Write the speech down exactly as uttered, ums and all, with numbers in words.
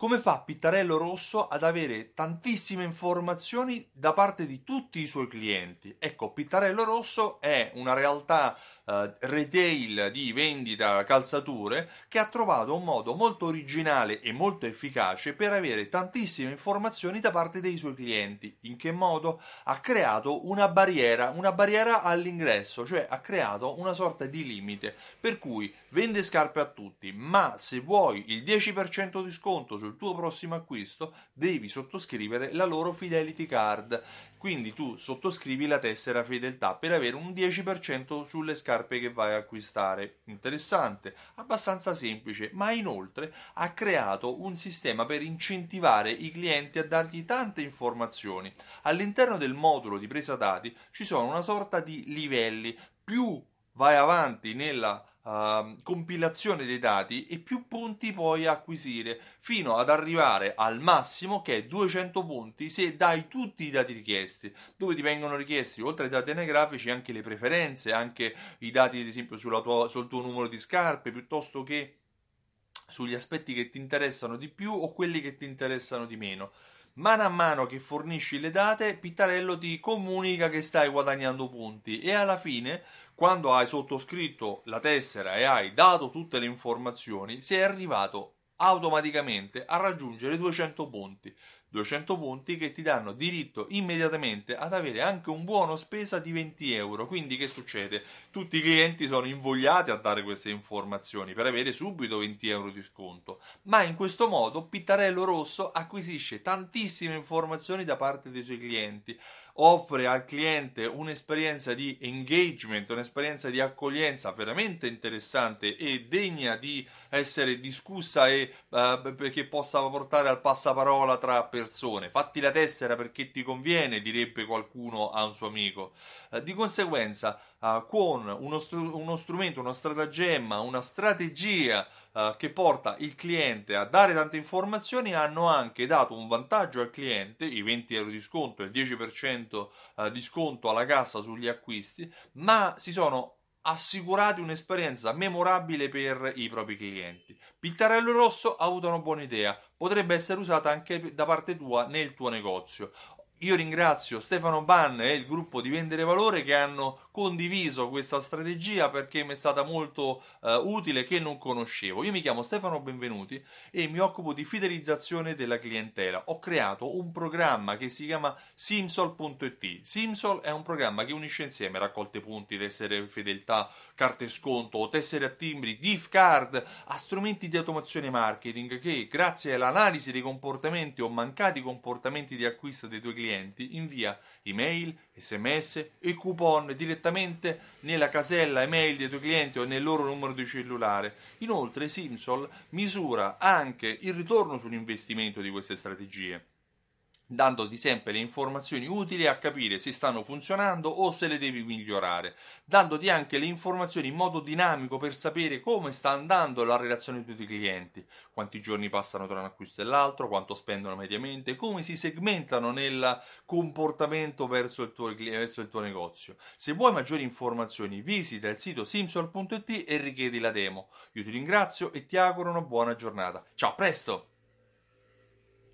Come fa Pittarello Rosso ad avere tantissime informazioni da parte di tutti i suoi clienti? Ecco, Pittarello Rosso è una realtà eh, retail di vendita calzature che ha trovato un modo molto originale e molto efficace per avere tantissime informazioni da parte dei suoi clienti. In che modo? Ha creato una barriera, una barriera all'ingresso, cioè ha creato una sorta di limite, per cui vende scarpe a tutti, ma se vuoi il dieci per cento di sconto sul tuo prossimo acquisto devi sottoscrivere la loro Fidelity Card. Quindi tu sottoscrivi la tessera fedeltà per avere un dieci per cento sulle scarpe che vai a acquistare. Interessante, abbastanza semplice, ma inoltre ha creato un sistema per incentivare i clienti a dargli tante informazioni. All'interno del modulo di presa dati ci sono una sorta di livelli. Più vai avanti nella Uh, compilazione dei dati e più punti puoi acquisire, fino ad arrivare al massimo che è duecento punti se dai tutti i dati richiesti, dove ti vengono richiesti oltre ai dati anagrafici anche le preferenze, anche i dati ad esempio sulla tua, sul tuo numero di scarpe, piuttosto che sugli aspetti che ti interessano di più o quelli che ti interessano di meno. Mano a mano che fornisci le date, Pittarello ti comunica che stai guadagnando punti e alla fine, quando hai sottoscritto la tessera e hai dato tutte le informazioni, sei arrivato automaticamente a raggiungere duecento punti. duecento punti che ti danno diritto immediatamente ad avere anche un buono spesa di venti euro. Quindi che succede? Tutti i clienti sono invogliati a dare queste informazioni per avere subito venti euro di sconto. Ma in questo modo Pittarello Rosso acquisisce tantissime informazioni da parte dei suoi clienti, offre al cliente un'esperienza di engagement, un'esperienza di accoglienza veramente interessante e degna di essere discussa e uh, che possa portare al passaparola tra persone. Fatti la tessera perché ti conviene, direbbe qualcuno a un suo amico. Uh, di conseguenza, uh, con uno, str- uno strumento, uno stratagemma, una strategia Uh, che porta il cliente a dare tante informazioni, hanno anche dato un vantaggio al cliente, i venti euro di sconto e il dieci per cento uh, di sconto alla cassa sugli acquisti, ma si sono assicurati un'esperienza memorabile per i propri clienti. Pittarello Rosso ha avuto una buona idea, potrebbe essere usata anche da parte tua nel tuo negozio. Io ringrazio Stefano Ban e il gruppo di Vendere Valore che hanno condiviso questa strategia perché mi è stata molto uh, utile, che non conoscevo. Io mi chiamo Stefano Benvenuti e mi occupo di fidelizzazione della clientela. Ho creato un programma che si chiama Simsol punto it. Simsol è un programma che unisce insieme raccolte punti, tessere fedeltà, carte sconto, tessere a timbri, gift card, a strumenti di automazione marketing che, grazie all'analisi dei comportamenti o mancati comportamenti di acquisto dei tuoi clienti, invia email, sms e coupon direttamente nella casella email dei tuoi clienti o nel loro numero di cellulare. Inoltre Simsol misura anche il ritorno sull'investimento di queste strategie, dandoti sempre le informazioni utili a capire se stanno funzionando o se le devi migliorare, dandoti anche le informazioni in modo dinamico per sapere come sta andando la relazione con i tuoi clienti, quanti giorni passano tra un acquisto e l'altro, quanto spendono mediamente, come si segmentano nel comportamento verso il tuo, verso il tuo negozio. Se vuoi maggiori informazioni, visita il sito simsol punto it e richiedi la demo. Io ti ringrazio e ti auguro una buona giornata. Ciao, a presto!